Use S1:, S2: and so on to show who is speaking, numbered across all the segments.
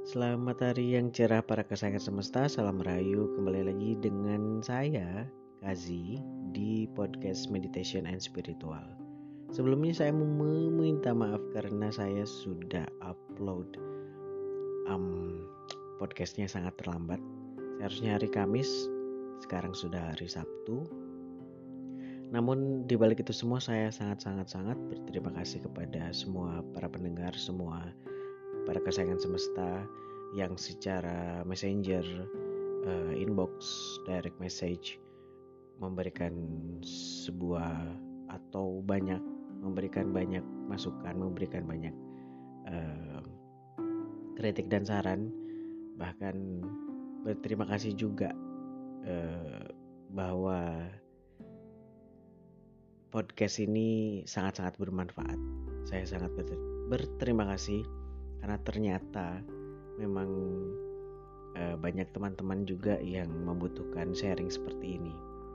S1: Selamat hari yang cerah para kesayangan semesta. Salam rayu, kembali lagi dengan saya Kazi di podcast Meditation and Spiritual. Sebelumnya saya mau meminta maaf karena saya sudah upload podcastnya sangat terlambat. Seharusnya hari Kamis, sekarang sudah hari Sabtu. Namun di balik itu semua saya sangat berterima kasih kepada semua para pendengar, semua para kesayangan semesta yang secara messenger, inbox, direct message memberikan sebuah atau memberikan banyak masukan, memberikan banyak kritik dan saran. Bahkan berterima kasih juga bahwa podcast ini sangat bermanfaat. Saya sangat berterima kasih karena ternyata memang banyak teman-teman juga yang membutuhkan sharing seperti ini.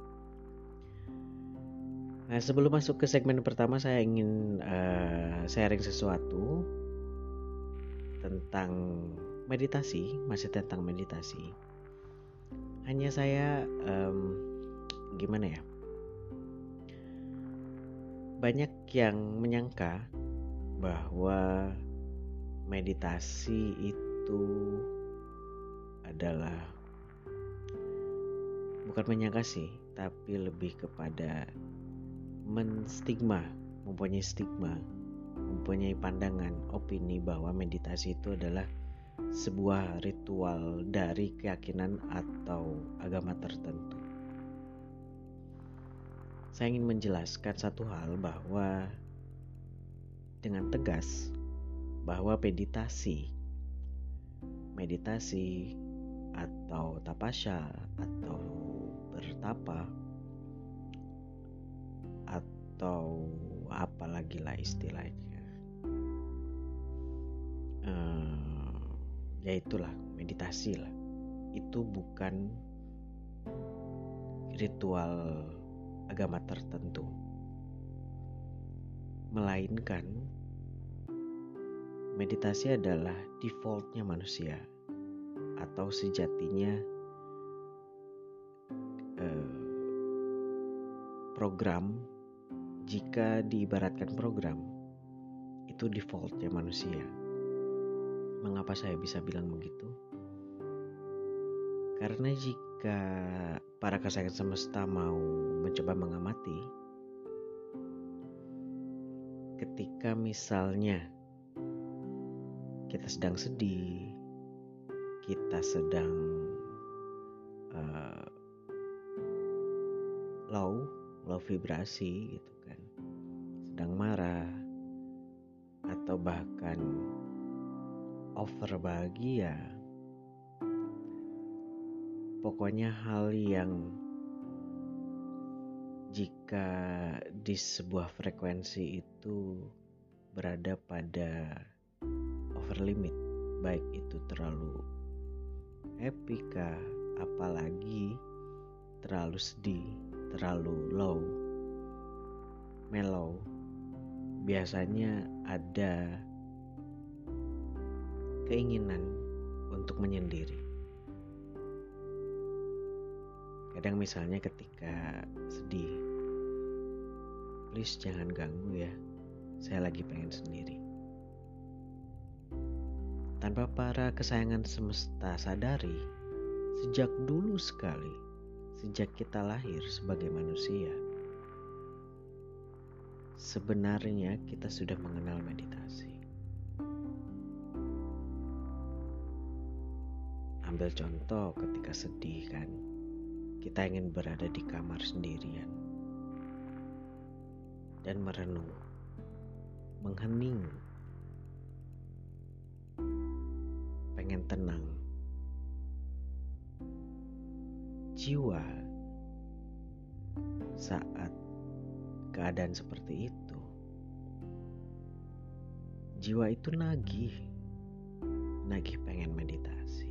S1: Nah, sebelum masuk ke segmen pertama, saya ingin sharing sesuatu tentang meditasi, masih tentang meditasi. Hanya saya gimana ya? Banyak yang menyangka bahwa meditasi itu adalah, bukan menyangka sih, tapi lebih kepada mempunyai stigma, mempunyai pandangan, opini bahwa meditasi itu adalah sebuah ritual dari keyakinan atau agama tertentu. Saya ingin menjelaskan satu hal bahwa dengan tegas bahwa meditasi atau tapasya atau bertapa atau apalagi lah istilahnya, ya itulah meditasi lah, itu bukan ritual agama tertentu, melainkan meditasi adalah defaultnya manusia atau sejatinya program. Jika diibaratkan program, itu defaultnya manusia. Mengapa saya bisa bilang begitu? Karena jika para kesayangan semesta mau mencoba mengamati, ketika misalnya kita sedang sedih, kita sedang low vibrasi gitu kan, sedang marah atau bahkan over bahagia, pokoknya hal yang jika di sebuah frekuensi itu berada pada over limit, baik itu terlalu happy kah, apalagi terlalu sedih, terlalu low, mellow, biasanya ada keinginan untuk menyendiri. Kadang misalnya ketika sedih, please jangan ganggu ya, saya lagi pengen sendiri. Tanpa para kesayangan semesta sadari, sejak dulu sekali, sejak kita lahir sebagai manusia, sebenarnya kita sudah mengenal meditasi. Ambil contoh ketika sedih kan, kita ingin berada di kamar sendirian dan merenung, menghening, pengen tenang. Jiwa saat keadaan seperti itu, jiwa itu nagih pengen meditasi.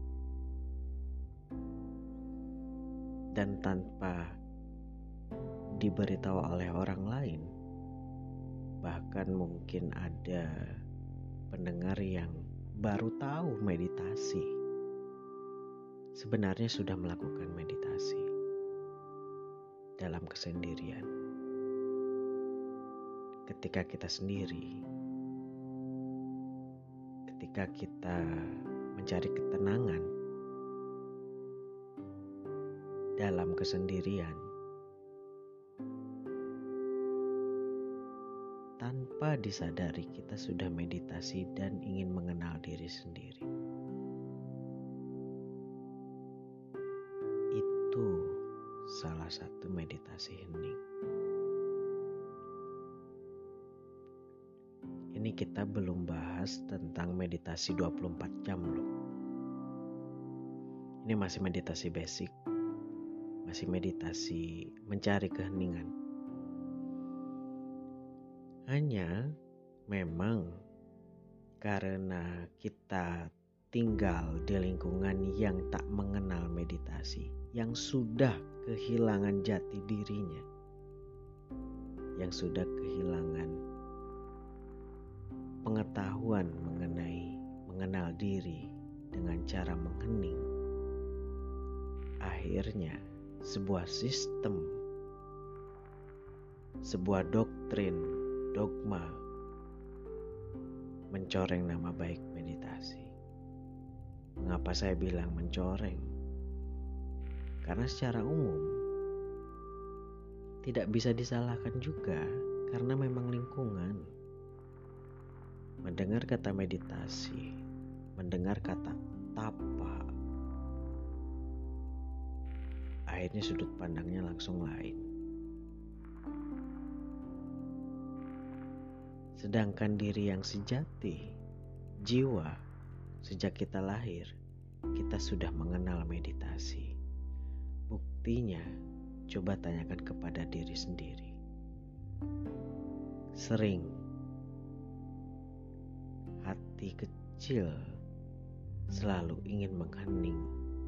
S1: Dan tanpa diberitahu oleh orang lain, bahkan mungkin ada pendengar yang baru tahu meditasi, sebenarnya sudah melakukan meditasi dalam kesendirian. Ketika kita sendiri, ketika kita mencari ketenangan dalam kesendirian, tanpa disadari kita sudah meditasi dan ingin mengenal diri sendiri. Itu salah satu meditasi hening. Ini kita belum bahas tentang meditasi 24 jam loh. Ini masih meditasi basic, masih meditasi mencari keheningan. Hanya memang karena kita tinggal di lingkungan yang tak mengenal meditasi, yang sudah kehilangan jati dirinya, yang sudah kehilangan pengetahuan mengenal diri dengan cara menghening. Akhirnya sebuah sistem, sebuah doktrin, dogma mencoreng nama baik meditasi. Mengapa saya bilang mencoreng? Karena secara umum tidak bisa disalahkan juga, karena memang lingkungan. Mendengar kata meditasi, mendengar kata tapa, akhirnya sudut pandangnya langsung lain. Sedangkan diri yang sejati, jiwa, sejak kita lahir, kita sudah mengenal meditasi. Buktinya, coba tanyakan kepada diri sendiri. Sering hati kecil selalu ingin menghening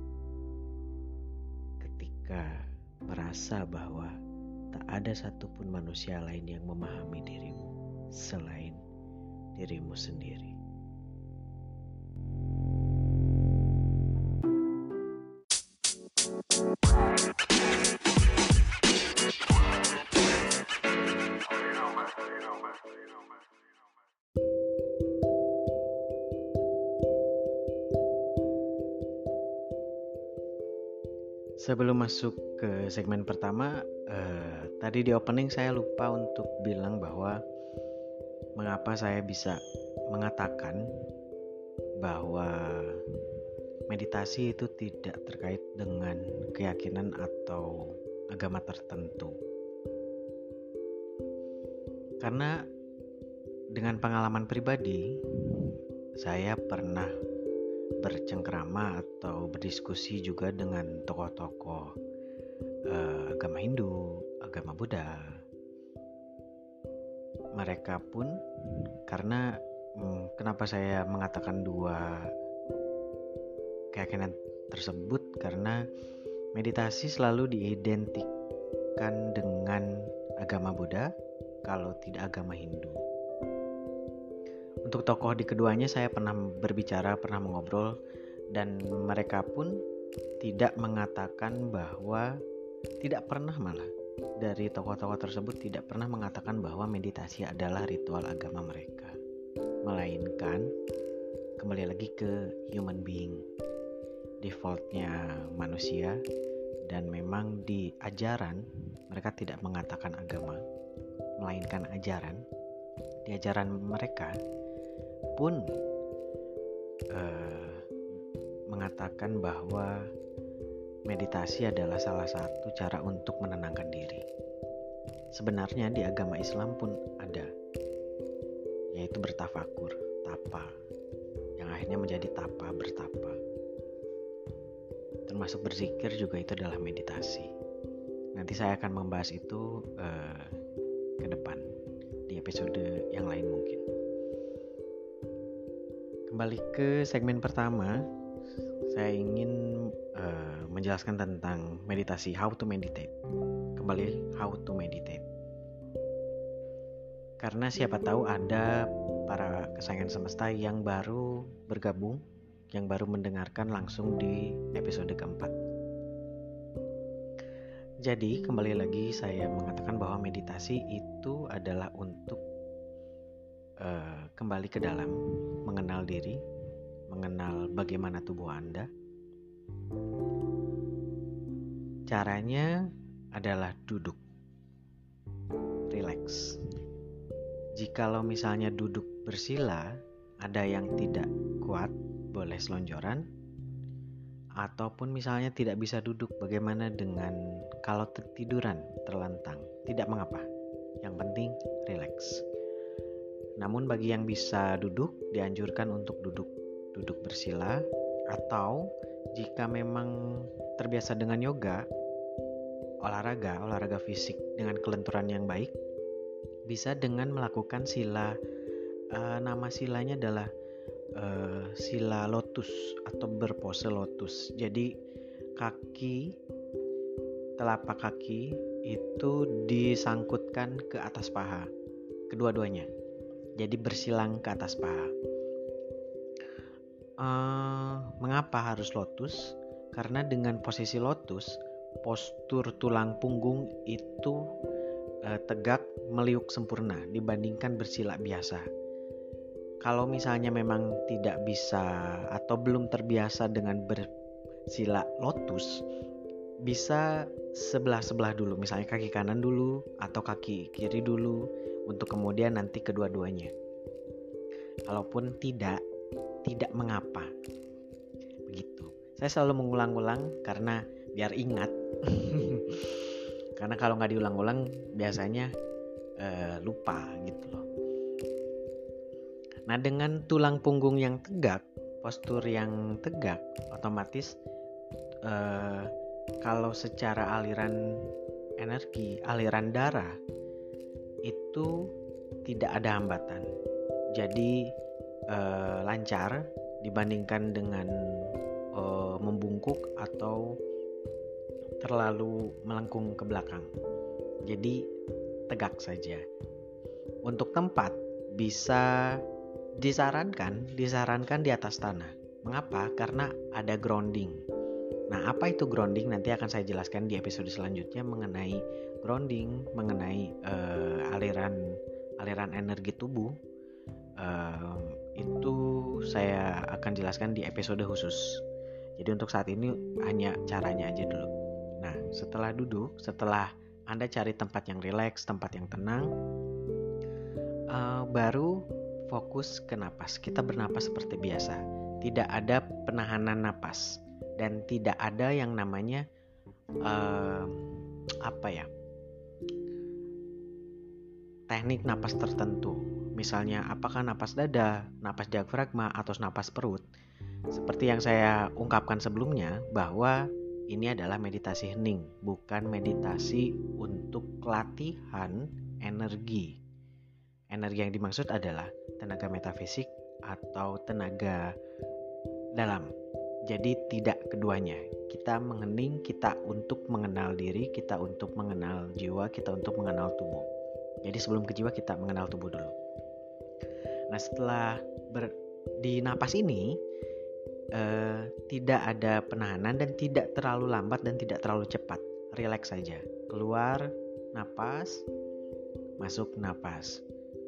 S1: ketika merasa bahwa tak ada satupun manusia lain yang memahami dirimu selain dirimu sendiri. Sebelum masuk ke segmen pertama, tadi di opening saya lupa untuk bilang bahwa mengapa saya bisa mengatakan bahwa meditasi itu tidak terkait dengan keyakinan atau agama tertentu. Karena dengan pengalaman pribadi, saya pernah bercengkrama atau berdiskusi juga dengan tokoh-tokoh agama Hindu, agama Buddha. Mereka pun, karena kenapa saya mengatakan dua keyakinan tersebut, karena meditasi selalu diidentikan dengan agama Buddha, kalau tidak agama Hindu. Untuk tokoh di keduanya saya pernah berbicara, pernah mengobrol, dan mereka pun tidak mengatakan bahwa, tidak pernah malah dari tokoh-tokoh tersebut tidak pernah mengatakan bahwa meditasi adalah ritual agama mereka, melainkan kembali lagi ke human being, defaultnya manusia. Dan memang di ajaran mereka tidak mengatakan agama, melainkan ajaran. Di ajaran mereka pun mengatakan bahwa meditasi adalah salah satu cara untuk menenangkan diri. Sebenarnya di agama Islam pun ada, yaitu bertafakur, tapa, yang akhirnya menjadi tapa, bertapa. Termasuk berzikir juga itu adalah meditasi. Nanti saya akan membahas itu ke depan di episode yang lain mungkin. Kembali ke segmen pertama, saya ingin menjelaskan tentang meditasi, how to meditate. Kembali, how to meditate. Karena siapa tahu ada para kesayangan semesta yang baru bergabung, yang baru mendengarkan langsung di episode keempat. Jadi kembali lagi saya mengatakan bahwa meditasi itu adalah untuk kembali ke dalam, mengenal diri, mengenal bagaimana tubuh Anda. Caranya adalah duduk, relax. Jikalau misalnya duduk bersila, ada yang tidak kuat, boleh selonjoran. Ataupun misalnya tidak bisa duduk, bagaimana dengan kalau tertiduran, terlentang? Tidak mengapa, yang penting relax. Namun bagi yang bisa duduk, dianjurkan untuk duduk bersila. Atau jika memang terbiasa dengan yoga, olahraga fisik dengan kelenturan yang baik, bisa dengan melakukan sila, nama silanya adalah sila lotus atau berpose lotus. Jadi telapak kaki itu disangkutkan ke atas paha, kedua-duanya. Jadi bersilang ke atas paha. Mengapa harus lotus? Karena dengan posisi lotus, postur tulang punggung itu tegak, meliuk sempurna dibandingkan bersila biasa. Kalau misalnya memang tidak bisa atau belum terbiasa dengan bersila lotus, bisa sebelah-sebelah dulu, misalnya kaki kanan dulu atau kaki kiri dulu, untuk kemudian nanti kedua-duanya. Kalaupun tidak mengapa. Begitu. Saya selalu mengulang-ulang karena biar ingat. Karena kalau nggak diulang-ulang biasanya lupa gitu loh. Nah, dengan tulang punggung yang tegak, postur yang tegak, otomatis kalau secara aliran energi, aliran darah itu tidak ada hambatan. Jadi lancar dibandingkan dengan membungkuk atau terlalu melengkung ke belakang. Jadi tegak saja. Untuk tempat bisa disarankan di atas tanah. Mengapa? Karena ada grounding. Nah, apa itu grounding? Nanti akan saya jelaskan di episode selanjutnya mengenai grounding, mengenai aliran energi tubuh. Itu saya akan jelaskan di episode khusus. Jadi untuk saat ini hanya caranya aja dulu. Nah, setelah duduk, setelah Anda cari tempat yang rileks, tempat yang tenang, baru fokus ke napas. Kita bernapas seperti biasa. Tidak ada penahanan napas dan tidak ada yang namanya teknik napas tertentu. Misalnya apakah napas dada, napas diafragma, atau napas perut. Seperti yang saya ungkapkan sebelumnya, bahwa ini adalah meditasi hening, bukan meditasi untuk latihan energi. Energi yang dimaksud adalah tenaga metafisik atau tenaga dalam. Jadi tidak keduanya. Kita menghening, kita untuk mengenal diri, kita untuk mengenal jiwa, kita untuk mengenal tubuh. Jadi sebelum ke jiwa kita mengenal tubuh dulu. Nah, setelah di napas ini tidak ada penahanan dan tidak terlalu lambat dan tidak terlalu cepat. Relax saja. Keluar napas, masuk napas.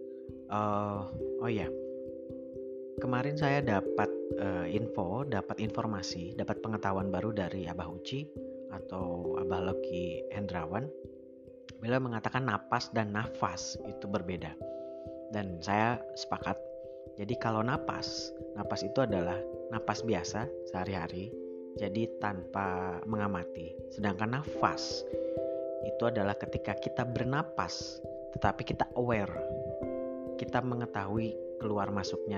S1: Kemarin saya dapat informasi, dapat pengetahuan baru dari Abah Uci atau Abah Loki Hendrawan. Beliau mengatakan napas dan nafas itu berbeda. Dan saya sepakat. Jadi kalau napas itu adalah napas biasa sehari-hari, jadi tanpa mengamati. Sedangkan nafas itu adalah ketika kita bernapas, tetapi kita aware. Kita mengetahui keluar masuknya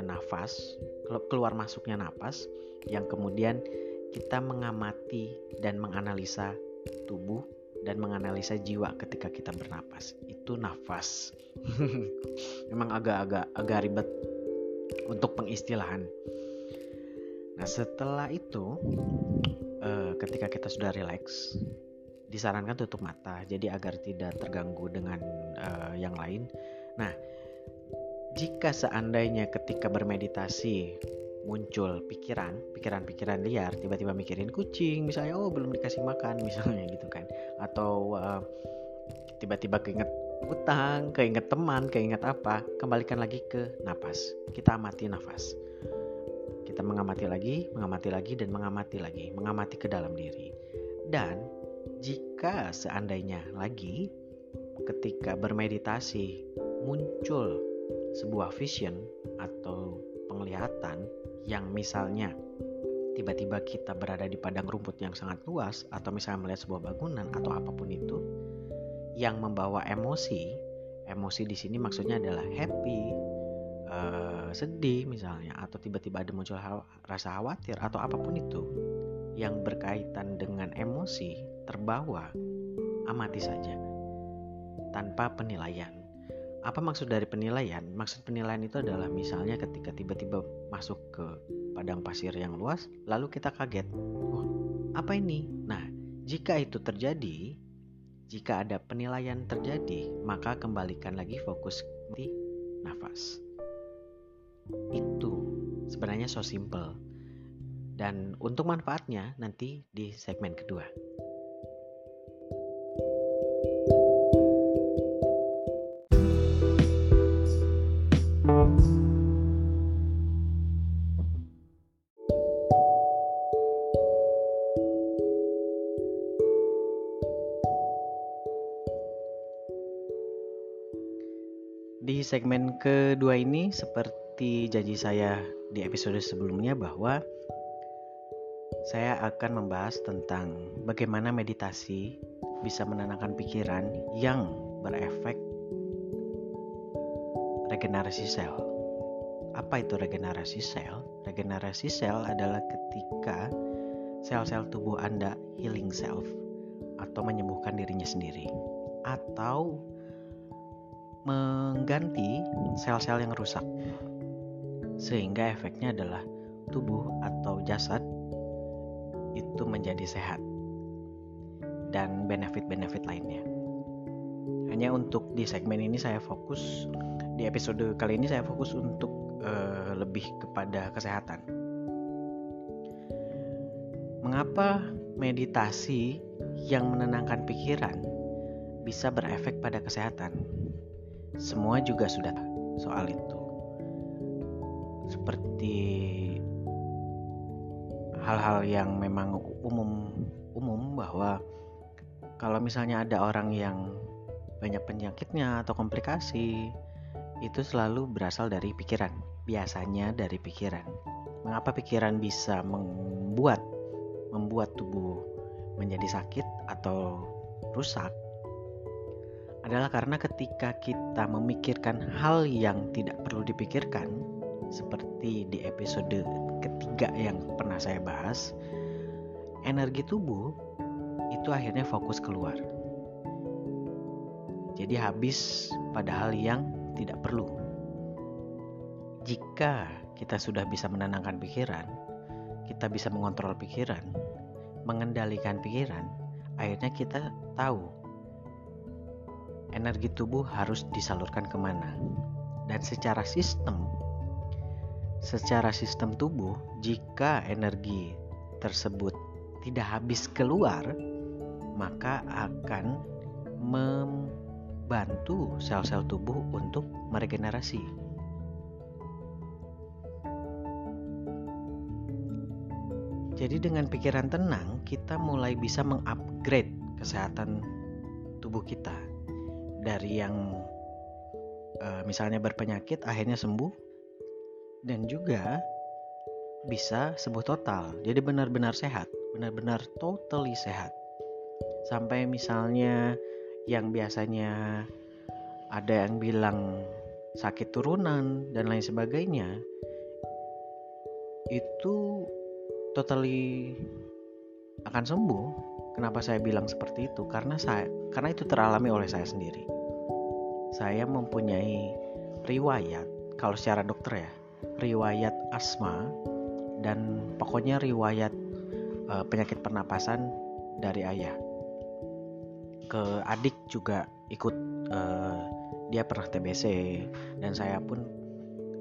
S1: napas yang kemudian kita mengamati dan menganalisa tubuh dan menganalisa jiwa ketika kita bernapas. Itu nafas. Memang agak ribet untuk pengistilahan. Nah, setelah itu ketika kita sudah rileks, disarankan tutup mata jadi agar tidak terganggu dengan yang lain. Nah, Jika seandainya ketika bermeditasi muncul pikiran-pikiran liar, tiba-tiba mikirin kucing misalnya, oh belum dikasih makan misalnya gitu kan, atau tiba-tiba keinget utang, keinget teman, keinget apa, kembalikan lagi ke napas. Kita amati nafas. Kita mengamati lagi, dan mengamati lagi, mengamati ke dalam diri. Dan jika seandainya lagi ketika bermeditasi muncul sebuah vision atau penglihatan yang misalnya tiba-tiba kita berada di padang rumput yang sangat luas, atau misalnya melihat sebuah bangunan atau apapun itu yang membawa emosi di sini maksudnya adalah happy, sedih misalnya, atau tiba-tiba ada muncul rasa khawatir atau apapun itu yang berkaitan dengan emosi terbawa, amati saja tanpa penilaian. Apa maksud dari penilaian? Maksud penilaian itu adalah misalnya ketika tiba-tiba masuk ke padang pasir yang luas, lalu kita kaget, oh apa ini? Nah, jika itu terjadi, jika ada penilaian terjadi, maka kembalikan lagi fokus di nafas. Itu sebenarnya so simple. Dan untuk manfaatnya nanti di segmen kedua. Di segmen kedua ini, seperti janji saya di episode sebelumnya, bahwa saya akan membahas tentang bagaimana meditasi bisa menenangkan pikiran yang berefek regenerasi sel. Apa itu regenerasi sel? Regenerasi sel adalah ketika sel-sel tubuh Anda healing self atau menyembuhkan dirinya sendiri, atau mengganti sel-sel yang rusak, sehingga efeknya adalah tubuh atau jasad itu menjadi sehat dan benefit-benefit lainnya. Hanya untuk di segmen ini saya fokus, di episode kali ini saya fokus untuk lebih kepada kesehatan. Mengapa meditasi yang menenangkan pikiran bisa berefek pada kesehatan? Semua juga sudah soal itu. Seperti hal-hal yang memang umum bahwa kalau misalnya ada orang yang banyak penyakitnya atau komplikasi, itu selalu berasal dari pikiran. Biasanya dari pikiran. Mengapa pikiran bisa membuat tubuh menjadi sakit atau rusak? Adalah karena ketika kita memikirkan hal yang tidak perlu dipikirkan, seperti di episode ketiga yang pernah saya bahas, energi tubuh itu akhirnya fokus keluar. Jadi habis pada hal yang tidak perlu. Jika kita sudah bisa menenangkan pikiran, kita bisa mengontrol pikiran, mengendalikan pikiran, akhirnya kita tahu energi tubuh harus disalurkan kemana. Dan secara sistem tubuh, jika energi tersebut tidak habis keluar, maka akan membantu sel-sel tubuh untuk meregenerasi. Jadi dengan pikiran tenang, kita mulai bisa mengupgrade kesehatan tubuh kita. Dari yang misalnya berpenyakit akhirnya sembuh, dan juga bisa sembuh total. Jadi benar-benar sehat, benar-benar totally sehat. Sampai misalnya yang biasanya ada yang bilang sakit turunan dan lain sebagainya, itu totally akan sembuh. Kenapa saya bilang seperti itu? Karena itu teralami oleh saya sendiri. Saya mempunyai riwayat, kalau secara dokter ya, riwayat asma dan pokoknya riwayat penyakit pernapasan dari ayah. Ke adik juga ikut, dia pernah TBC, dan saya pun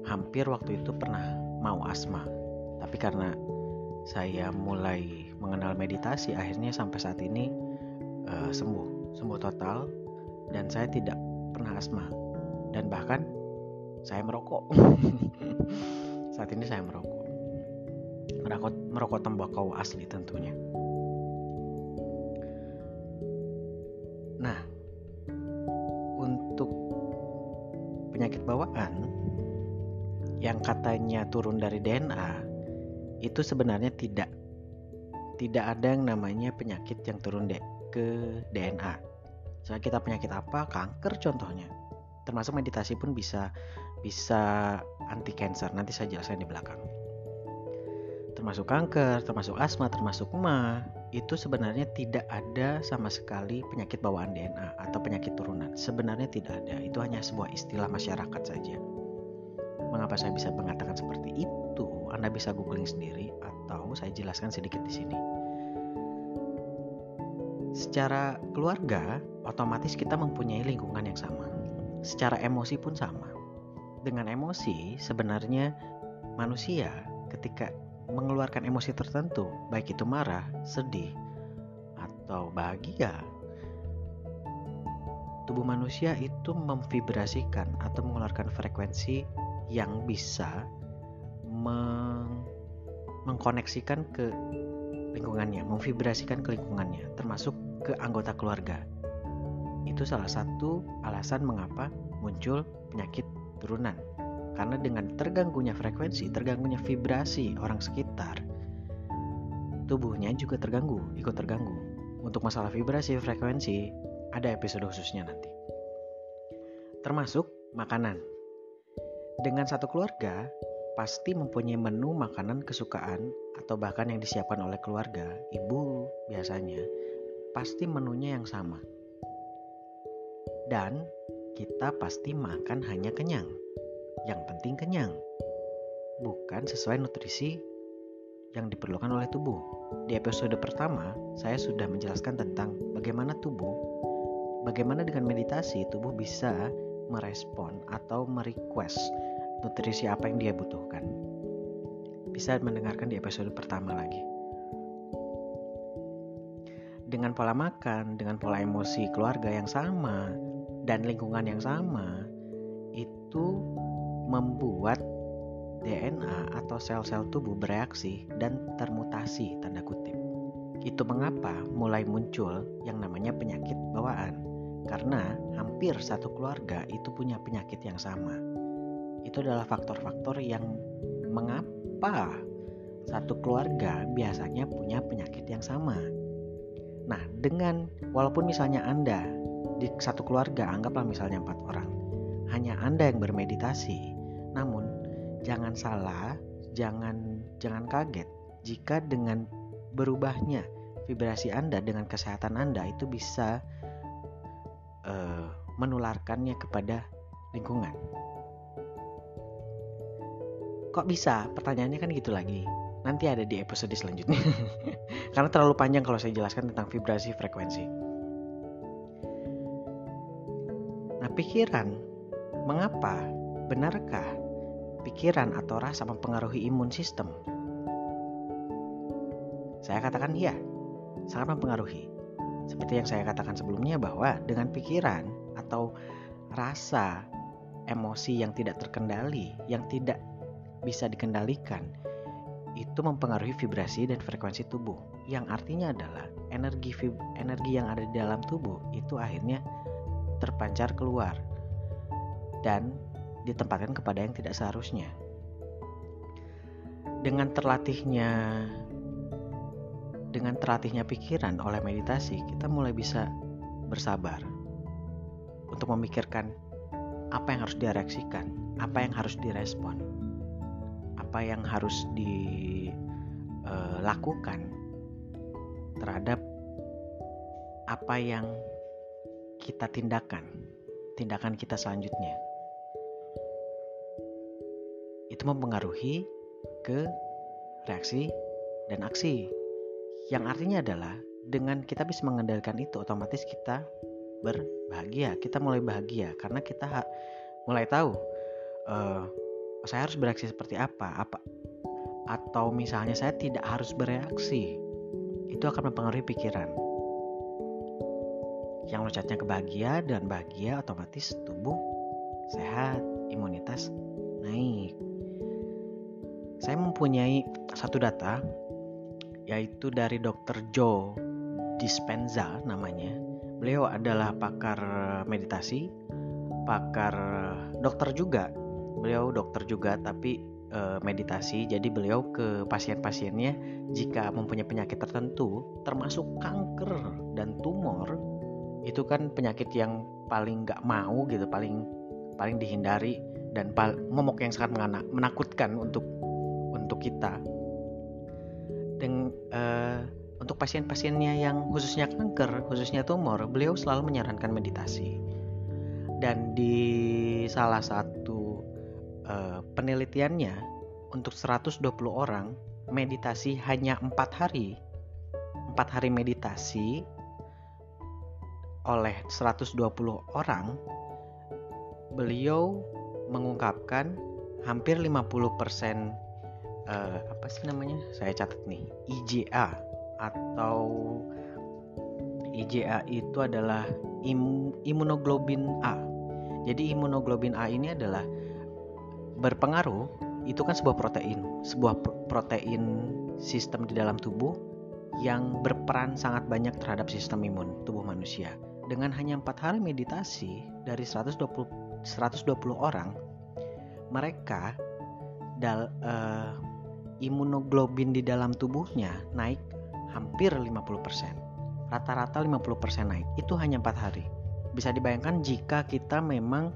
S1: hampir waktu itu pernah mau asma. Tapi karena saya mulai mengenal meditasi, akhirnya sampai saat ini sembuh total, dan saya tidak pernah asma. Dan bahkan saya merokok. Saat ini saya merokok tembakau asli tentunya. Nah, untuk penyakit bawaan yang katanya turun dari DNA, itu sebenarnya tidak ada yang namanya penyakit yang turun ke DNA. Misalnya kita penyakit apa, kanker contohnya. Termasuk meditasi pun bisa anti cancer, nanti saya jelaskan di belakang. Termasuk kanker, termasuk asma, termasuk MA, itu sebenarnya tidak ada sama sekali penyakit bawaan DNA atau penyakit turunan. Sebenarnya tidak ada, itu hanya sebuah istilah masyarakat saja. Mengapa saya bisa mengatakan seperti itu? Anda bisa googling sendiri atau saya jelaskan sedikit di sini. Secara keluarga, otomatis kita mempunyai lingkungan yang sama. Secara emosi pun sama. Dengan emosi, sebenarnya manusia ketika mengeluarkan emosi tertentu, baik itu marah, sedih, atau bahagia, tubuh manusia itu memvibrasikan atau mengeluarkan frekuensi yang bisa mengkoneksikan ke lingkungannya, memvibrasikan ke lingkungannya, termasuk ke anggota keluarga. Itu salah satu alasan mengapa muncul penyakit turunan. Karena dengan terganggunya frekuensi, terganggunya vibrasi orang sekitar, tubuhnya juga ikut terganggu. Untuk masalah vibrasi, frekuensi, ada episode khususnya nanti. Termasuk makanan. Dengan satu keluarga, pasti mempunyai menu makanan kesukaan atau bahkan yang disiapkan oleh keluarga, ibu biasanya, pasti menunya yang sama. Dan kita pasti makan hanya kenyang. Yang penting kenyang, bukan sesuai nutrisi yang diperlukan oleh tubuh. Di episode pertama, saya sudah menjelaskan tentang bagaimana dengan meditasi, tubuh bisa merespon atau merequest nutrisi apa yang dia butuhkan. Bisa mendengarkan di episode pertama lagi. Dengan pola makan, dengan pola emosi keluarga yang sama, dan lingkungan yang sama, itu membuat DNA atau sel-sel tubuh bereaksi dan termutasi, tanda kutip. Itu mengapa mulai muncul yang namanya penyakit bawaan. Karena hampir satu keluarga itu punya penyakit yang sama. Itu adalah faktor-faktor yang mengapa satu keluarga biasanya punya penyakit yang sama. Nah, walaupun misalnya Anda di satu keluarga, anggaplah misalnya 4 orang, hanya Anda yang bermeditasi, namun jangan kaget jika dengan berubahnya vibrasi Anda dengan kesehatan Anda itu bisa menularkannya kepada lingkungan. Kok bisa? Pertanyaannya kan gitu lagi. Nanti ada di episode selanjutnya. Karena terlalu panjang kalau saya jelaskan tentang vibrasi frekuensi. Nah, pikiran, mengapa? Benarkah pikiran atau rasa mempengaruhi imun sistem? Saya katakan iya, sangat mempengaruhi. Seperti yang saya katakan sebelumnya bahwa dengan pikiran atau rasa emosi yang tidak terkendali, yang tidak bisa dikendalikan, itu mempengaruhi vibrasi dan frekuensi tubuh. Yang artinya adalah energi yang ada di dalam tubuh itu akhirnya terpancar keluar dan ditempatkan kepada yang tidak seharusnya. Dengan terlatihnya pikiran oleh meditasi, kita mulai bisa bersabar untuk memikirkan apa yang harus direaksikan, apa yang harus direspon, apa yang harus dilakukan terhadap apa yang kita tindakan kita selanjutnya. Itu mempengaruhi ke reaksi dan aksi. Yang artinya adalah dengan kita bisa mengendalikan itu, otomatis kita berbahagia. Kita mulai bahagia karena kita mulai tahu saya harus bereaksi seperti apa? Atau misalnya saya tidak harus bereaksi. Itu akan mempengaruhi pikiran. Yang loncatnya ke bahagia, dan bahagia otomatis tubuh sehat, imunitas naik. Saya mempunyai satu data, yaitu dari Dr. Joe Dispenza namanya. Beliau adalah pakar meditasi, pakar dokter juga. Beliau dokter juga tapi meditasi. Jadi beliau ke pasien-pasiennya jika mempunyai penyakit tertentu, termasuk kanker dan tumor, itu kan penyakit yang paling nggak mau gitu, paling dihindari dan momok yang sangat menakutkan untuk kita. Dan untuk pasien-pasiennya yang khususnya kanker, khususnya tumor, beliau selalu menyarankan meditasi. Dan di salah satu penelitiannya, untuk 120 orang meditasi hanya 4 hari. 4 hari meditasi oleh 120 orang, beliau mengungkapkan hampir 50% apa sih namanya? Saya catat nih, IGA atau IGA itu adalah imunoglobin A. Jadi imunoglobin A ini adalah berpengaruh, itu kan sebuah protein sistem di dalam tubuh yang berperan sangat banyak terhadap sistem imun tubuh manusia. Dengan hanya 4 hari meditasi dari 120 orang, mereka imunoglobin di dalam tubuhnya naik hampir 50%. Rata-rata 50% naik. Itu hanya 4 hari. Bisa dibayangkan jika kita memang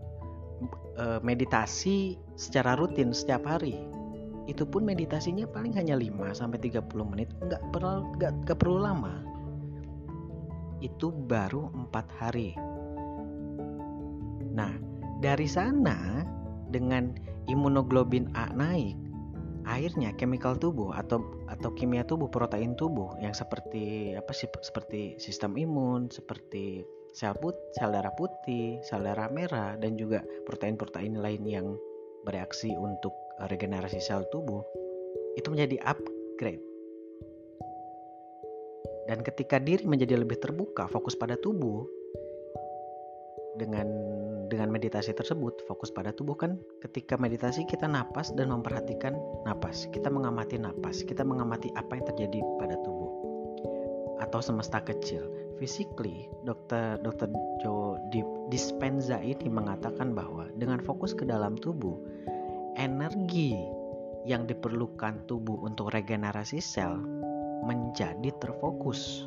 S1: meditasi secara rutin setiap hari. Itu pun meditasinya paling hanya 5-30 menit, enggak perlu lama. Itu baru 4 hari. Nah, dari sana dengan imunoglobin A naik, akhirnya chemical tubuh atau kimia tubuh, protein tubuh yang seperti sistem imun, seperti sel darah putih, sel darah merah, dan juga protein-protein lain yang bereaksi untuk regenerasi sel tubuh, itu menjadi upgrade. Dan ketika diri menjadi lebih terbuka, fokus pada tubuh, dengan meditasi tersebut, fokus pada tubuh kan, ketika meditasi kita napas dan memperhatikan napas, kita mengamati napas, kita mengamati apa yang terjadi pada tubuh atau semesta kecil. Physically, Dr. Joe Dispenza ini mengatakan bahwa dengan fokus ke dalam tubuh, energi yang diperlukan tubuh untuk regenerasi sel menjadi terfokus.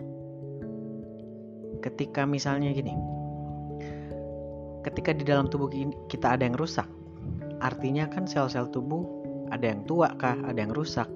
S1: Ketika misalnya gini, ketika di dalam tubuh kita ada yang rusak, artinya kan sel-sel tubuh ada yang tua kah, ada yang rusak.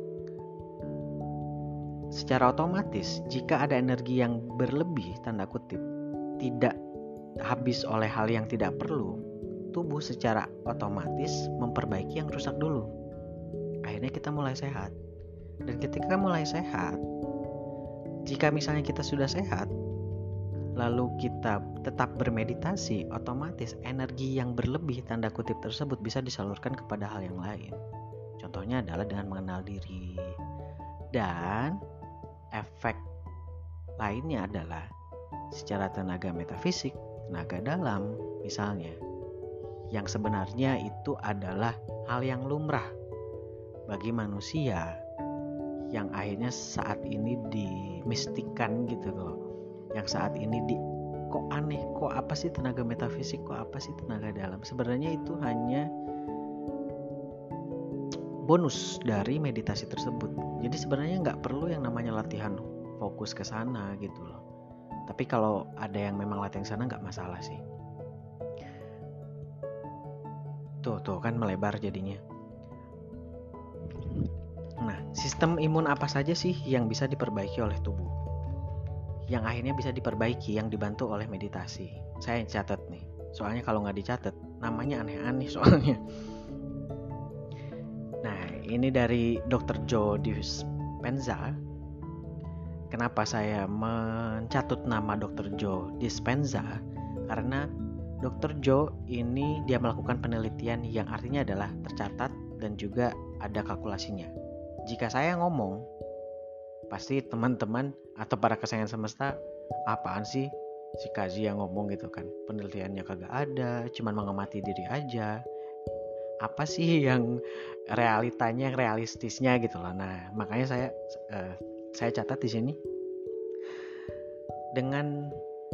S1: Secara otomatis, jika ada energi yang berlebih, tanda kutip, tidak habis oleh hal yang tidak perlu, tubuh secara otomatis memperbaiki yang rusak dulu. Akhirnya kita mulai sehat. Dan ketika mulai sehat, jika misalnya kita sudah sehat, lalu kita tetap bermeditasi, otomatis energi yang berlebih tanda kutip tersebut bisa disalurkan kepada hal yang lain. Contohnya adalah dengan mengenal diri. Dan efek lainnya adalah secara tenaga metafisik, tenaga dalam misalnya, yang sebenarnya itu adalah hal yang lumrah bagi manusia yang akhirnya saat ini dimistikan gitu loh. Yang saat ini kok aneh, kok apa sih tenaga metafisik, kok apa sih tenaga dalam. Sebenarnya itu hanya bonus dari meditasi tersebut. Jadi sebenarnya nggak perlu yang namanya latihan fokus ke sana gitu loh. Tapi kalau ada yang memang latihan sana nggak masalah sih. Tuh kan melebar jadinya. Nah, sistem imun apa saja sih yang bisa diperbaiki oleh tubuh? Yang akhirnya bisa diperbaiki, yang dibantu oleh meditasi. Saya catat nih, soalnya kalau nggak dicatat namanya aneh-aneh soalnya. Nah, ini dari Dr. Joe Dispenza. Kenapa saya mencatut nama Dr. Joe Dispenza? Karena Dr. Joe ini dia melakukan penelitian yang artinya adalah tercatat dan juga ada kalkulasinya. Jika saya ngomong, pasti teman-teman atau para kesayangan semesta, apaan sih si Kazi yang ngomong gitu kan, penelitiannya kagak ada, cuman mengamati diri aja, apa sih yang realitanya, yang realistisnya gitu loh. Nah makanya saya catat di sini, dengan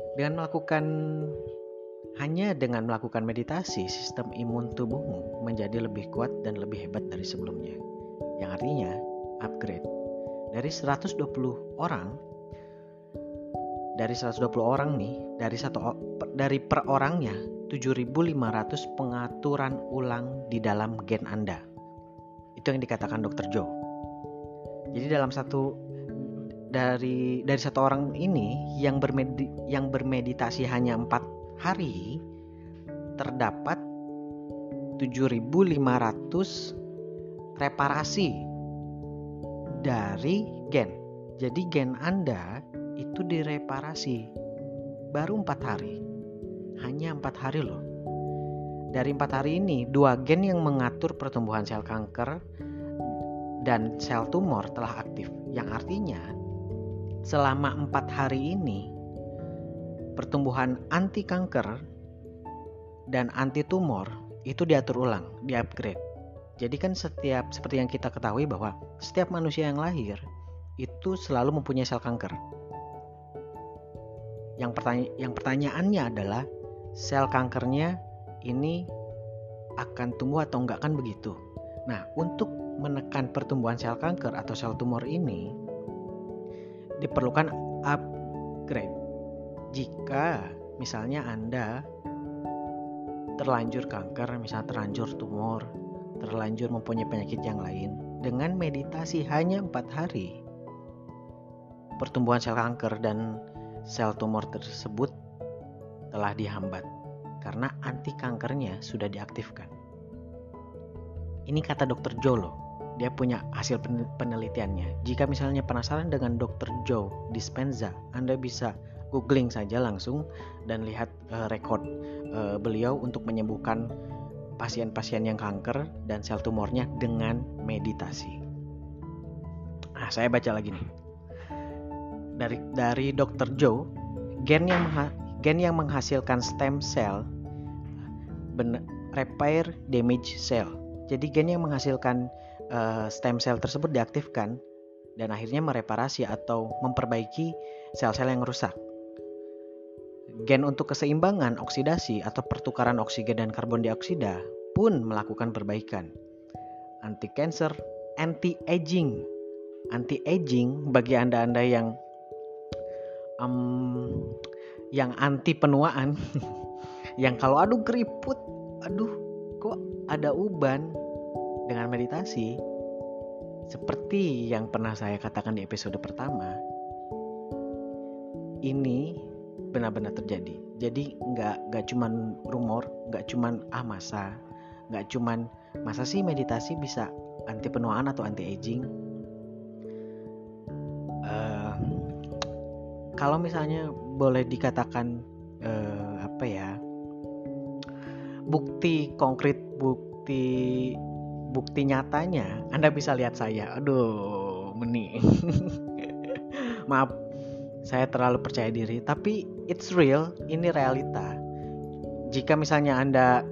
S1: melakukan meditasi, sistem imun tubuhmu menjadi lebih kuat dan lebih hebat dari sebelumnya, yang artinya upgrade. Dari 120 orang nih, dari per orangnya 7.500 pengaturan ulang di dalam gen Anda. Itu yang dikatakan Dr. Joe. Jadi dari satu orang ini yang bermeditasi hanya 4 hari, terdapat 7.500 reparasi dari gen. Jadi gen Anda itu direparasi baru 4 hari. Hanya 4 hari loh. Dari 4 hari ini, 2 gen yang mengatur pertumbuhan sel kanker dan sel tumor telah aktif. Yang artinya selama 4 hari ini pertumbuhan anti kanker dan anti tumor itu diatur ulang, di-upgrade. Jadi kan seperti yang kita ketahui bahwa setiap manusia yang lahir itu selalu mempunyai sel kanker. Yang pertanyaannya adalah sel kankernya ini akan tumbuh atau enggak, kan begitu. Nah, untuk menekan pertumbuhan sel kanker atau sel tumor ini diperlukan upgrade. Jika misalnya Anda terlanjur kanker, misalnya terlanjur tumor, terlanjur mempunyai penyakit yang lain, dengan meditasi hanya 4 hari, pertumbuhan sel kanker dan sel tumor tersebut telah dihambat karena anti kankernya sudah diaktifkan. Ini kata Dr. Joe loh. Dia punya hasil penelitiannya. Jika misalnya penasaran dengan Dr. Joe Dispenza, Anda bisa googling saja langsung dan lihat rekod beliau untuk menyembuhkan pasien-pasien yang kanker dan sel tumornya dengan meditasi. Nah, saya baca lagi nih. Dari Dr. Joe, gen yang menghasilkan stem cell repair damage cell. Jadi gen yang menghasilkan stem cell tersebut diaktifkan dan akhirnya mereparasi atau memperbaiki sel-sel yang rusak. Gen untuk keseimbangan oksidasi atau pertukaran oksigen dan karbon dioksida pun melakukan perbaikan. Anti-cancer, anti-aging bagi Anda yang anti penuaan, yang kalau aduh keriput, aduh kok ada uban, dengan meditasi seperti yang pernah saya katakan di episode pertama, ini benar-benar terjadi. Jadi nggak cuman rumor, nggak cuman masa sih meditasi bisa anti penuaan atau anti aging. Kalau misalnya boleh dikatakan bukti konkret, bukti nyatanya, Anda bisa lihat saya. Aduh, meni. Maaf, saya terlalu percaya diri, tapi it's real, ini realita. Jika misalnya Anda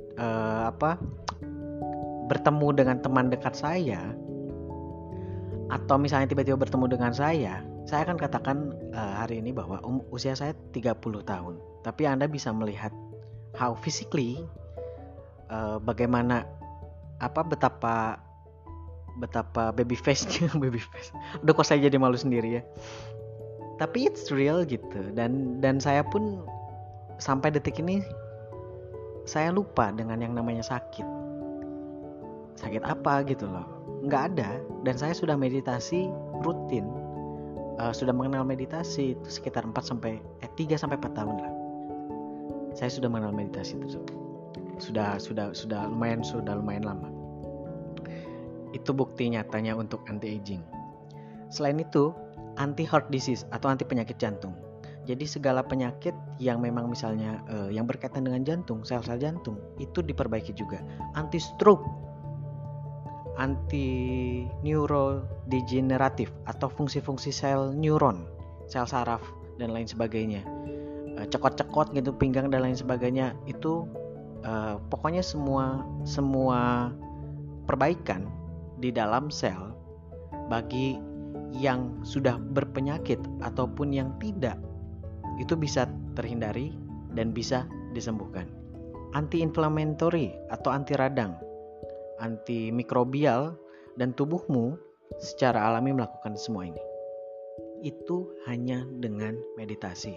S1: bertemu dengan teman dekat saya, atau misalnya tiba-tiba bertemu dengan saya akan katakan hari ini bahwa usia saya 30 tahun. Tapi Anda bisa melihat how physically, bagaimana betapa baby face-nya. Udah kok saya jadi malu sendiri ya. Tapi it's real gitu. Dan saya pun sampai detik ini saya lupa dengan yang namanya sakit. Sakit apa gitu loh. Nggak ada. Dan saya sudah meditasi rutin. Sudah mengenal meditasi itu sekitar 3 sampai 4 tahun lah. Saya sudah mengenal meditasi tersebut. Sudah lumayan lama. Itu bukti nyatanya untuk anti aging. Selain itu, anti heart disease atau anti penyakit jantung. Jadi segala penyakit yang memang misalnya yang berkaitan dengan jantung, sel-sel jantung itu diperbaiki juga. Anti stroke, anti neurodegeneratif atau fungsi-fungsi sel neuron, sel saraf dan lain sebagainya. Cekot-cekot gitu pinggang dan lain sebagainya itu pokoknya semua perbaikan di dalam sel bagi yang sudah berpenyakit ataupun yang tidak itu bisa terhindari dan bisa disembuhkan. Anti-inflammatory atau anti radang, anti mikrobial, dan tubuhmu secara alami melakukan semua ini. Itu hanya dengan meditasi.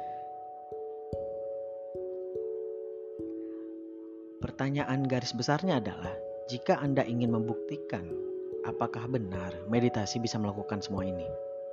S1: Pertanyaan garis besarnya adalah, jika Anda ingin membuktikan apakah benar meditasi bisa melakukan semua ini,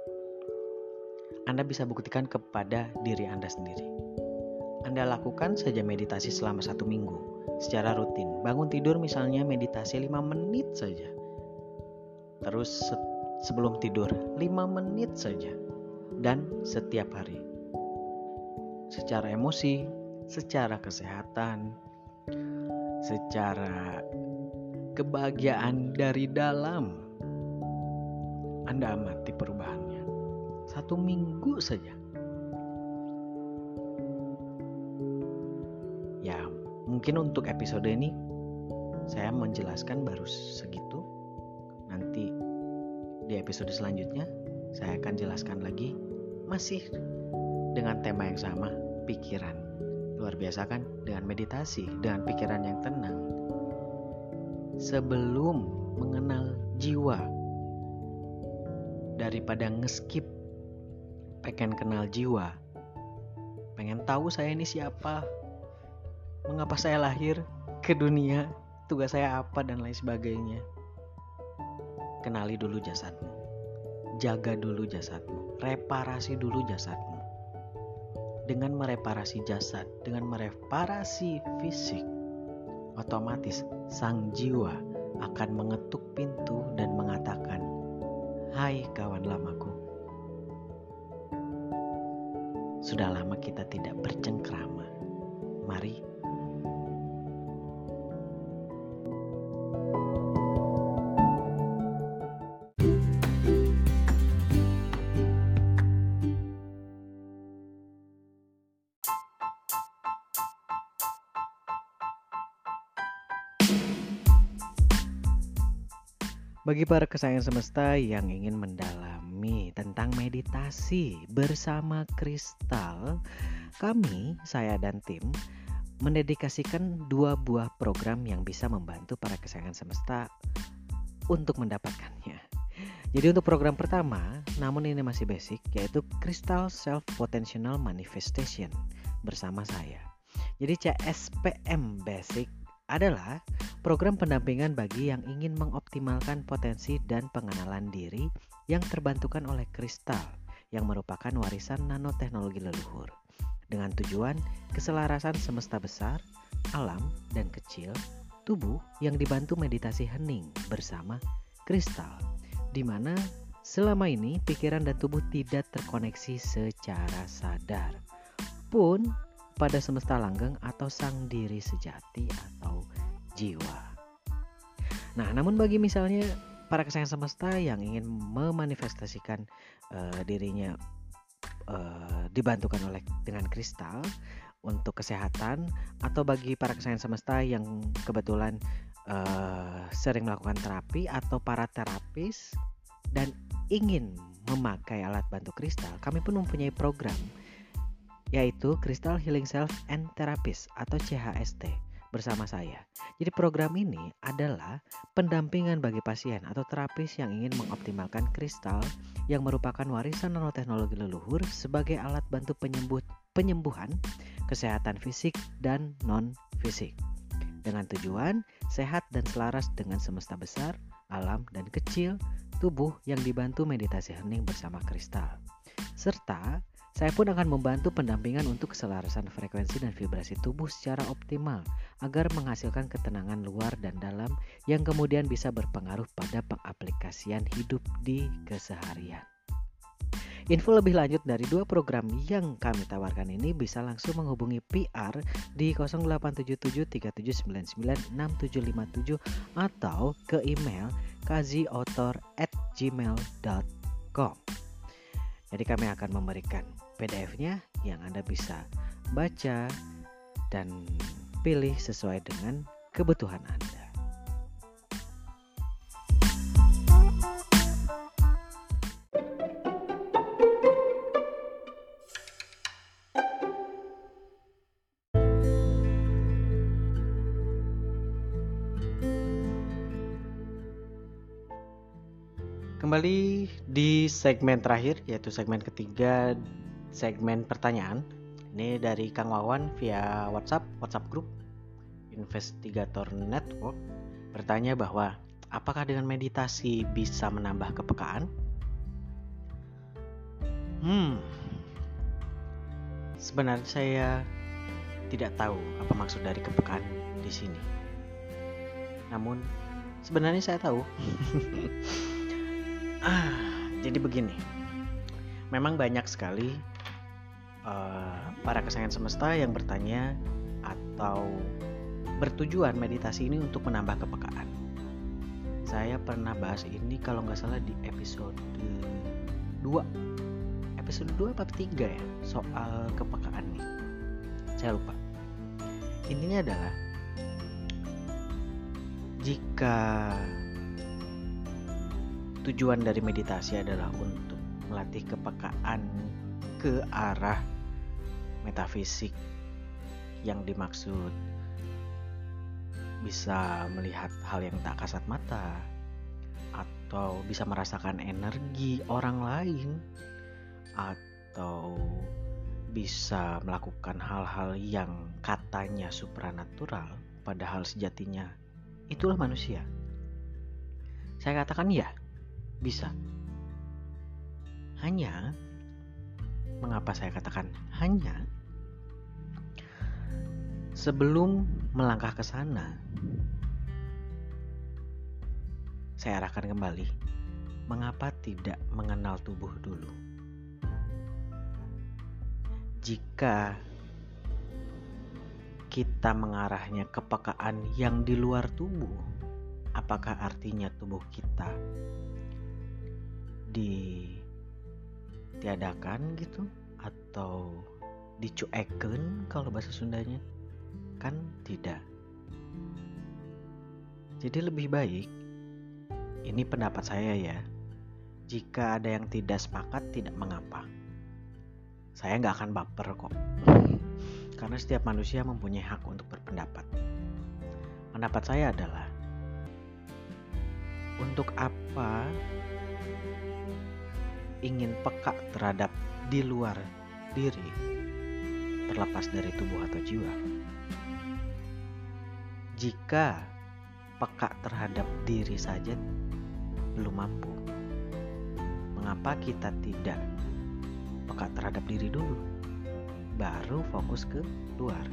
S1: Anda bisa buktikan kepada diri Anda sendiri. Anda lakukan saja meditasi selama 1 minggu secara rutin. Bangun tidur misalnya meditasi 5 menit saja. Terus sebelum tidur 5 menit saja. Dan setiap hari. Secara emosi, secara kesehatan, secara kebahagiaan dari dalam, Anda amati perubahannya. 1 minggu saja. Ya, mungkin untuk episode ini saya menjelaskan baru segitu. Nanti di episode selanjutnya saya akan jelaskan lagi, masih dengan tema yang sama, pikiran. Luar biasa kan, dengan meditasi, dengan pikiran yang tenang. Sebelum mengenal jiwa, daripada ngeskip pengen kenal jiwa, pengen tahu saya ini siapa, mengapa saya lahir ke dunia, tugas saya apa, dan lain sebagainya. Kenali dulu jasadmu, jaga dulu jasadmu, reparasi dulu jasadmu. Dengan mereparasi jasad, dengan mereparasi fisik, otomatis sang jiwa akan mengetuk pintu dan mengatakan, "Hai kawan lamaku, sudah lama kita tidak bercengkrama. Mari." Bagi para kesayangan semesta yang ingin mendalami tentang meditasi bersama Kristal, saya dan tim mendedikasikan 2 buah program yang bisa membantu para kesayangan semesta untuk mendapatkannya. Jadi untuk program pertama, namun ini masih basic, yaitu Crystal Self Potential Manifestation bersama saya. Jadi CSPM Basic adalah program pendampingan bagi yang ingin mengoptimalkan potensi dan pengenalan diri yang terbantukan oleh kristal yang merupakan warisan nanoteknologi leluhur, dengan tujuan keselarasan semesta besar, alam, dan kecil, tubuh yang dibantu meditasi hening bersama kristal, di mana selama ini pikiran dan tubuh tidak terkoneksi secara sadar pun pada semesta langgeng atau sang diri sejati atau jiwa. Nah, namun bagi misalnya para kesayangan semesta yang ingin memanifestasikan dirinya dibantukan dengan kristal untuk kesehatan, atau bagi para kesayangan semesta yang kebetulan sering melakukan terapi atau para terapis dan ingin memakai alat bantu kristal, kami pun mempunyai program, yaitu Crystal Healing Self and Therapist atau CHST bersama saya. Jadi program ini adalah pendampingan bagi pasien atau terapis yang ingin mengoptimalkan kristal yang merupakan warisan nanoteknologi leluhur sebagai alat bantu penyembuhan kesehatan fisik dan non-fisik, dengan tujuan sehat dan selaras dengan semesta besar, alam, dan kecil, tubuh yang dibantu meditasi hening bersama kristal. Serta saya pun akan membantu pendampingan untuk keselarasan frekuensi dan vibrasi tubuh secara optimal agar menghasilkan ketenangan luar dan dalam yang kemudian bisa berpengaruh pada pengaplikasian hidup di keseharian.
S2: Info lebih lanjut dari 2 program yang kami tawarkan ini bisa langsung menghubungi PR di 087737996757 atau ke email kaziauthor@gmail.com. Jadi kami akan memberikan PDF-nya yang Anda bisa baca dan pilih sesuai dengan kebutuhan Anda.
S1: Kembali di segmen terakhir, yaitu segmen ketiga, segmen pertanyaan. Ini dari Kang Wawan via WhatsApp grup Investigator Network, bertanya bahwa apakah dengan meditasi bisa menambah kepekaan? Sebenarnya saya tidak tahu apa maksud dari kepekaan di sini. Namun sebenarnya saya tahu. Jadi begini, memang banyak sekali para kesayangan semesta yang bertanya atau bertujuan meditasi ini untuk menambah kepekaan. Saya pernah bahas ini kalau nggak salah di episode 2 apa 3 ya, soal kepekaan nih. Saya lupa. Intinya adalah jika tujuan dari meditasi adalah untuk melatih kepekaan ke arah metafisik yang dimaksud bisa melihat hal yang tak kasat mata atau bisa merasakan energi orang lain atau bisa melakukan hal-hal yang katanya supranatural padahal sejatinya itulah manusia. Saya katakan ya, bisa. Hanya, mengapa saya katakan hanya? Sebelum melangkah ke sana, saya arahkan kembali, mengapa tidak mengenal tubuh dulu? Jika kita mengarahnya kepekaan yang di luar tubuh, apakah artinya tubuh kita ditiadakan gitu atau dicuekeun kalau bahasa Sundanya? Kan tidak. Jadi lebih baik, ini pendapat saya ya, jika ada yang tidak sepakat tidak mengapa. Saya nggak akan baper kok, karena setiap manusia mempunyai hak untuk berpendapat. Pendapat saya adalah, untuk apa ingin peka terhadap di luar diri, terlepas dari tubuh atau jiwa? Jika peka terhadap diri saja belum mampu, mengapa kita tidak peka terhadap diri dulu, baru fokus ke luar?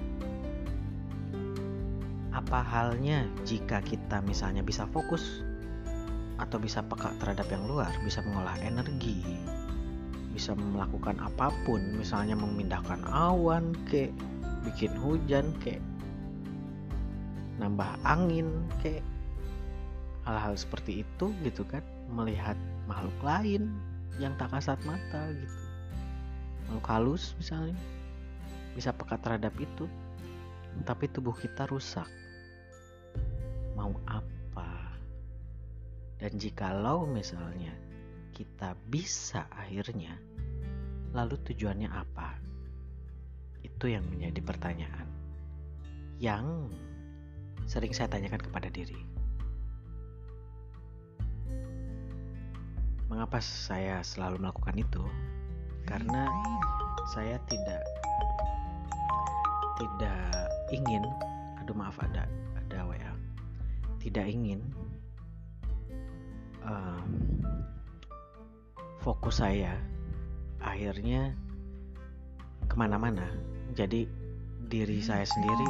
S1: Apa halnya jika kita misalnya bisa fokus atau bisa peka terhadap yang luar, bisa mengolah energi, bisa melakukan apapun, misalnya memindahkan awan, kayak bikin hujan, kayak nambah angin, kayak hal-hal seperti itu gitu kan, melihat makhluk lain yang tak kasat mata gitu, makhluk halus misalnya, bisa peka terhadap itu, tapi tubuh kita rusak. Mau apa? Dan jikalau misalnya kita bisa akhirnya, lalu tujuannya apa? Itu yang menjadi pertanyaan yang sering saya tanyakan kepada diri. Mengapa saya selalu melakukan itu? Karena saya tidak ingin, ada WA, tidak ingin fokus saya akhirnya kemana-mana. Jadi diri saya sendiri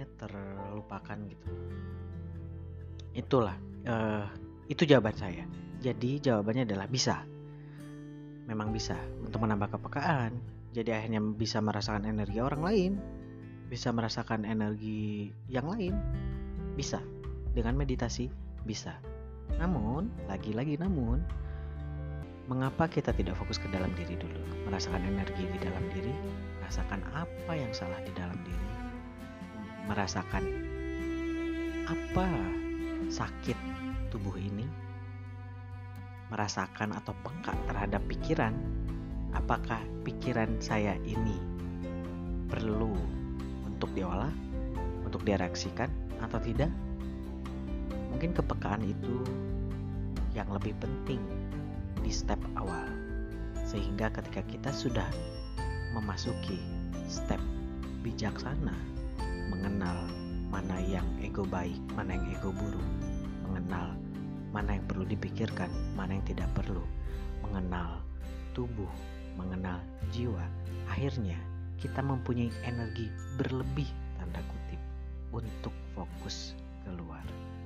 S1: terlupakan gitu. Itulah itu jawaban saya.
S2: Jadi jawabannya adalah bisa. Memang bisa untuk menambah kepekaan. Jadi akhirnya bisa merasakan energi orang lain, bisa merasakan energi yang lain, bisa. Dengan meditasi bisa. Namun, lagi-lagi namun, mengapa kita tidak fokus ke dalam diri dulu? Merasakan energi di dalam diri, merasakan apa yang salah di dalam diri, merasakan apa sakit tubuh ini, merasakan atau peka terhadap pikiran. Apakah pikiran saya ini perlu untuk diolah, untuk direaksikan atau tidak? Mungkin kepekaan itu yang lebih penting di step awal, sehingga ketika kita sudah memasuki step bijaksana, mengenal mana yang ego baik, mana yang ego buruk, mengenal mana yang perlu dipikirkan, mana yang tidak perlu, mengenal tubuh, mengenal jiwa, akhirnya kita mempunyai energi berlebih tanda kutip untuk fokus keluar.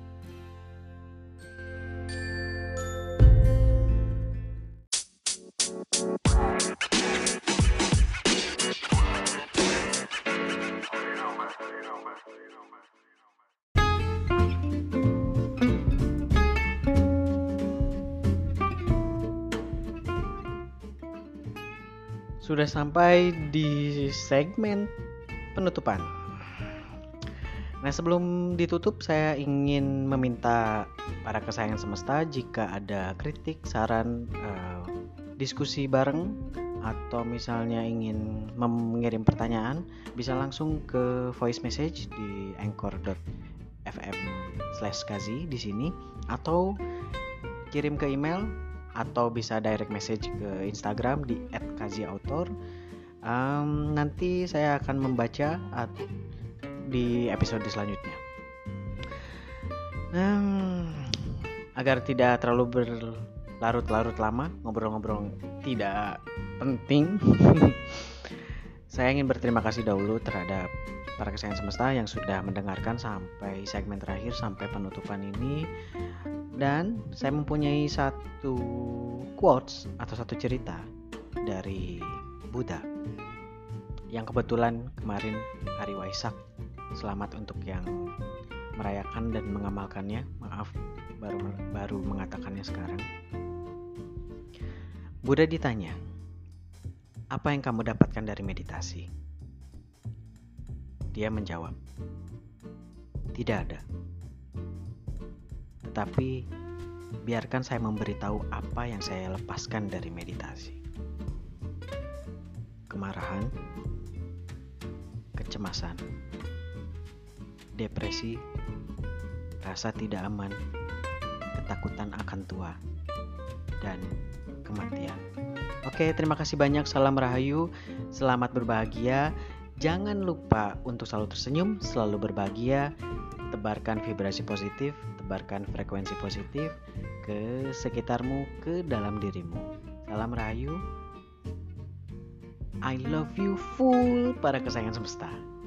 S2: Sudah sampai di segmen penutupan. Nah, sebelum ditutup saya ingin meminta para kesayangan semesta jika ada kritik, saran, diskusi bareng, atau misalnya ingin mengirim pertanyaan, bisa langsung ke voice message di anchor.fm/kazi di sini, atau kirim ke email, atau bisa direct message ke Instagram di @kaziautor. Nanti saya akan membaca di episode selanjutnya. Agar tidak terlalu berlarut-larut lama, ngobrol-ngobrol tidak penting, saya ingin berterima kasih dahulu terhadap para kesayangan semesta yang sudah mendengarkan sampai segmen terakhir, sampai penutupan ini. Dan saya mempunyai satu quotes atau satu cerita dari Buddha yang kebetulan kemarin hari Waisak. Selamat untuk yang merayakan dan mengamalkannya. Maaf, baru mengatakannya sekarang. Buddha ditanya, apa yang kamu dapatkan dari meditasi? Dia menjawab, tidak ada. Tetapi biarkan saya memberitahu apa yang saya lepaskan dari meditasi. Kemarahan, kecemasan, depresi, rasa tidak aman, ketakutan akan tua, dan kematian. Oke, terima kasih banyak. Salam Rahayu, selamat berbahagia. Jangan lupa untuk selalu tersenyum, selalu berbahagia. Tebarkan vibrasi positif, tebarkan frekuensi positif ke sekitarmu, ke dalam dirimu. Salam Rahayu. I love you full para kesayangan semesta.